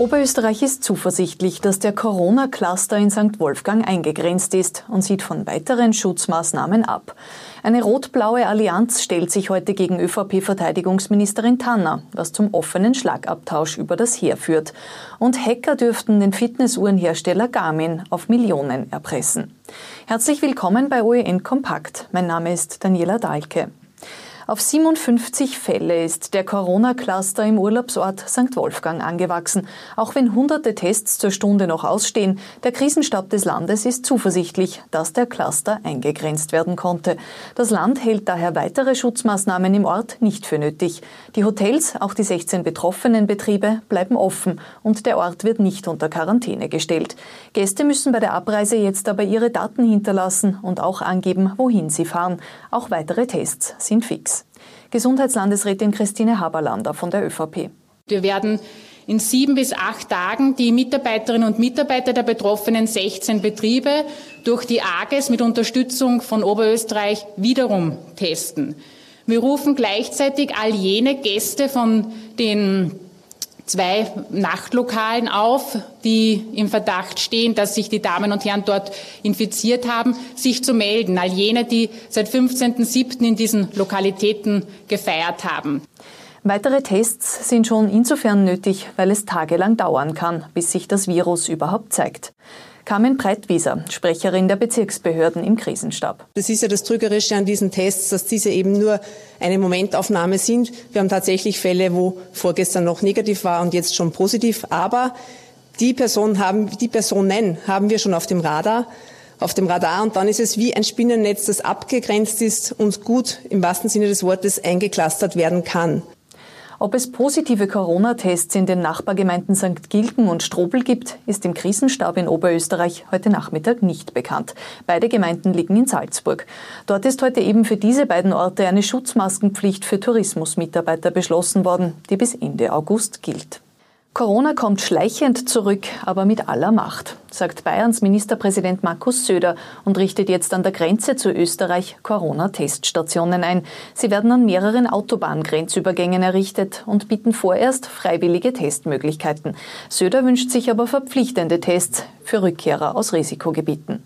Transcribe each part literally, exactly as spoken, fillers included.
Oberösterreich ist zuversichtlich, dass der Corona-Cluster in Sankt Wolfgang eingegrenzt ist und sieht von weiteren Schutzmaßnahmen ab. Eine rot-blaue Allianz stellt sich heute gegen ÖVP-Verteidigungsministerin Tanner, was zum offenen Schlagabtausch über das Heer führt. Und Hacker dürften den Fitnessuhrenhersteller Garmin auf Millionen erpressen. Herzlich willkommen bei O E N Kompakt. Mein Name ist Daniela Dahlke. Auf siebenundfünfzig Fälle ist der Corona-Cluster im Urlaubsort Sankt Wolfgang angewachsen. Auch wenn hunderte Tests zur Stunde noch ausstehen, der Krisenstab des Landes ist zuversichtlich, dass der Cluster eingegrenzt werden konnte. Das Land hält daher weitere Schutzmaßnahmen im Ort nicht für nötig. Die Hotels, auch die sechzehn betroffenen Betriebe, bleiben offen und der Ort wird nicht unter Quarantäne gestellt. Gäste müssen bei der Abreise jetzt aber ihre Daten hinterlassen und auch angeben, wohin sie fahren. Auch weitere Tests sind fix. Gesundheitslandesrätin Christine Haberlander von der ÖVP. Wir werden in sieben bis acht Tagen die Mitarbeiterinnen und Mitarbeiter der betroffenen sechzehn Betriebe durch die A G E S mit Unterstützung von Oberösterreich wiederum testen. Wir rufen gleichzeitig all jene Gäste von den zwei Nachtlokalen auf, die im Verdacht stehen, dass sich die Damen und Herren dort infiziert haben, sich zu melden. All jene, die seit fünfzehnten siebten in diesen Lokalitäten gefeiert haben. Weitere Tests sind schon insofern nötig, weil es tagelang dauern kann, bis sich das Virus überhaupt zeigt. Carmen Breitwieser, Sprecherin der Bezirksbehörden im Krisenstab. Das ist ja das Trügerische an diesen Tests, dass diese eben nur eine Momentaufnahme sind. Wir haben tatsächlich Fälle, wo vorgestern noch negativ war und jetzt schon positiv. Aber die Person haben, die Personen haben wir schon auf dem Radar. auf dem Radar und dann ist es wie ein Spinnennetz, das abgegrenzt ist und gut im wahrsten Sinne des Wortes eingeklustert werden kann. Ob es positive Corona-Tests in den Nachbargemeinden Sankt Gilgen und Strobl gibt, ist im Krisenstab in Oberösterreich heute Nachmittag nicht bekannt. Beide Gemeinden liegen in Salzburg. Dort ist heute eben für diese beiden Orte eine Schutzmaskenpflicht für Tourismusmitarbeiter beschlossen worden, die bis Ende August gilt. Corona kommt schleichend zurück, aber mit aller Macht, sagt Bayerns Ministerpräsident Markus Söder und richtet jetzt an der Grenze zu Österreich Corona-Teststationen ein. Sie werden an mehreren Autobahngrenzübergängen errichtet und bieten vorerst freiwillige Testmöglichkeiten. Söder wünscht sich aber verpflichtende Tests für Rückkehrer aus Risikogebieten.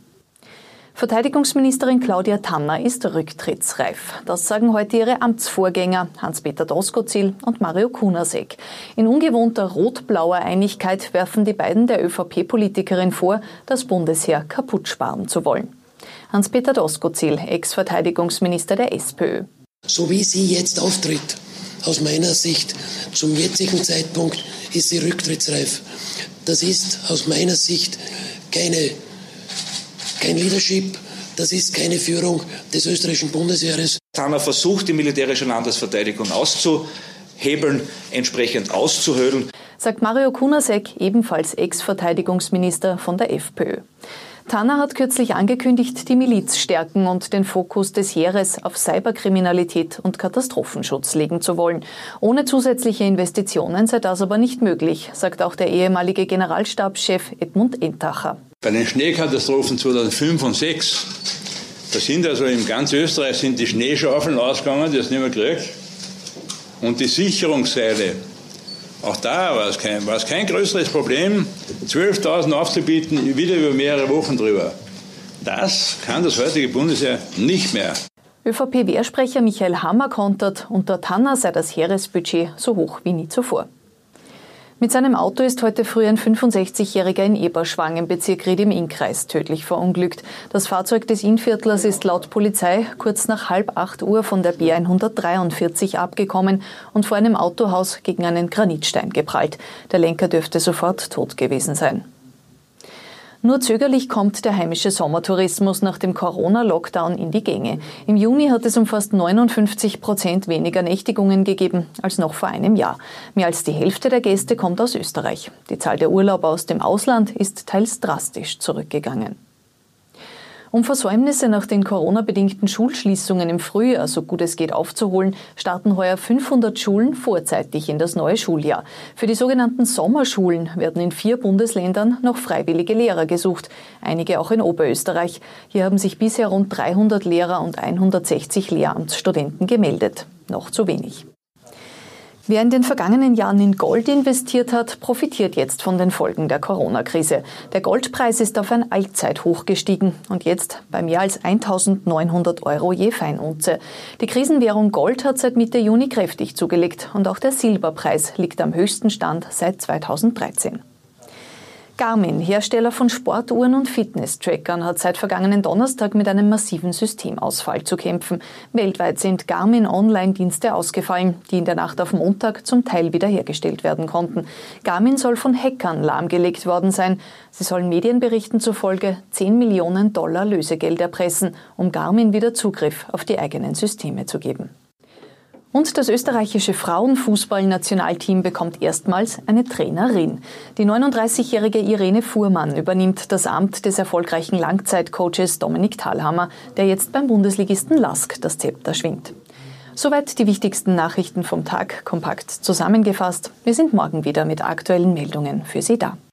Verteidigungsministerin Claudia Tanner ist rücktrittsreif. Das sagen heute ihre Amtsvorgänger Hans-Peter Doskozil und Mario Kunasek. In ungewohnter rot-blauer Einigkeit werfen die beiden der ÖVP-Politikerin vor, das Bundesheer kaputt sparen zu wollen. Hans-Peter Doskozil, Ex-Verteidigungsminister der SPÖ. So wie sie jetzt auftritt, aus meiner Sicht zum jetzigen Zeitpunkt, ist sie rücktrittsreif. Das ist aus meiner Sicht keine Kein Leadership, das ist keine Führung des österreichischen Bundesheeres. Tanner versucht, die militärische Landesverteidigung auszuhebeln, entsprechend auszuhöhlen, sagt Mario Kunasek, ebenfalls Ex-Verteidigungsminister von der FPÖ. Tanner hat kürzlich angekündigt, die Miliz stärken und den Fokus des Heeres auf Cyberkriminalität und Katastrophenschutz legen zu wollen. Ohne zusätzliche Investitionen sei das aber nicht möglich, sagt auch der ehemalige Generalstabschef Edmund Entacher. Bei den Schneekatastrophen zweitausendfünf und zweitausendsechs, da sind also in ganz Österreich sind die Schneeschaufeln ausgegangen, die es nicht mehr gekriegt. Und die Sicherungsseile, auch da war es kein, war es kein größeres Problem, zwölftausend aufzubieten, wieder über mehrere Wochen drüber. Das kann das heutige Bundesheer nicht mehr. ÖVP-Wehrsprecher Michael Hammer kontert, unter Tanner sei das Heeresbudget so hoch wie nie zuvor. Mit seinem Auto ist heute früh ein fünfundsechzigjähriger in Eberschwang im Bezirk Ried im Innkreis tödlich verunglückt. Das Fahrzeug des Innviertlers ist laut Polizei kurz nach halb acht Uhr von der B hundertdreiundvierzig abgekommen und vor einem Autohaus gegen einen Granitstein geprallt. Der Lenker dürfte sofort tot gewesen sein. Nur zögerlich kommt der heimische Sommertourismus nach dem Corona-Lockdown in die Gänge. Im Juni hat es um fast neunundfünfzig Prozent weniger Nächtigungen gegeben als noch vor einem Jahr. Mehr als die Hälfte der Gäste kommt aus Österreich. Die Zahl der Urlauber aus dem Ausland ist teils drastisch zurückgegangen. Um Versäumnisse nach den Corona-bedingten Schulschließungen im Frühjahr so gut es geht aufzuholen, starten heuer fünfhundert Schulen vorzeitig in das neue Schuljahr. Für die sogenannten Sommerschulen werden in vier Bundesländern noch freiwillige Lehrer gesucht, einige auch in Oberösterreich. Hier haben sich bisher rund dreihundert Lehrer und hundertsechzig Lehramtsstudenten gemeldet. Noch zu wenig. Wer in den vergangenen Jahren in Gold investiert hat, profitiert jetzt von den Folgen der Corona-Krise. Der Goldpreis ist auf ein Allzeithoch gestiegen und jetzt bei mehr als eintausendneunhundert Euro je Feinunze. Die Krisenwährung Gold hat seit Mitte Juni kräftig zugelegt und auch der Silberpreis liegt am höchsten Stand seit zweitausenddreizehn. Garmin, Hersteller von Sportuhren und Fitness-Trackern, hat seit vergangenen Donnerstag mit einem massiven Systemausfall zu kämpfen. Weltweit sind Garmin-Online-Dienste ausgefallen, die in der Nacht auf Montag zum Teil wiederhergestellt werden konnten. Garmin soll von Hackern lahmgelegt worden sein. Sie sollen Medienberichten zufolge zehn Millionen Dollar Lösegeld erpressen, um Garmin wieder Zugriff auf die eigenen Systeme zu geben. Und das österreichische Frauenfußballnationalteam bekommt erstmals eine Trainerin. Die neununddreißigjährige Irene Fuhrmann übernimmt das Amt des erfolgreichen Langzeitcoaches Dominik Thalhammer, der jetzt beim Bundesligisten Lask das Zepter schwingt. Soweit die wichtigsten Nachrichten vom Tag, kompakt zusammengefasst. Wir sind morgen wieder mit aktuellen Meldungen für Sie da.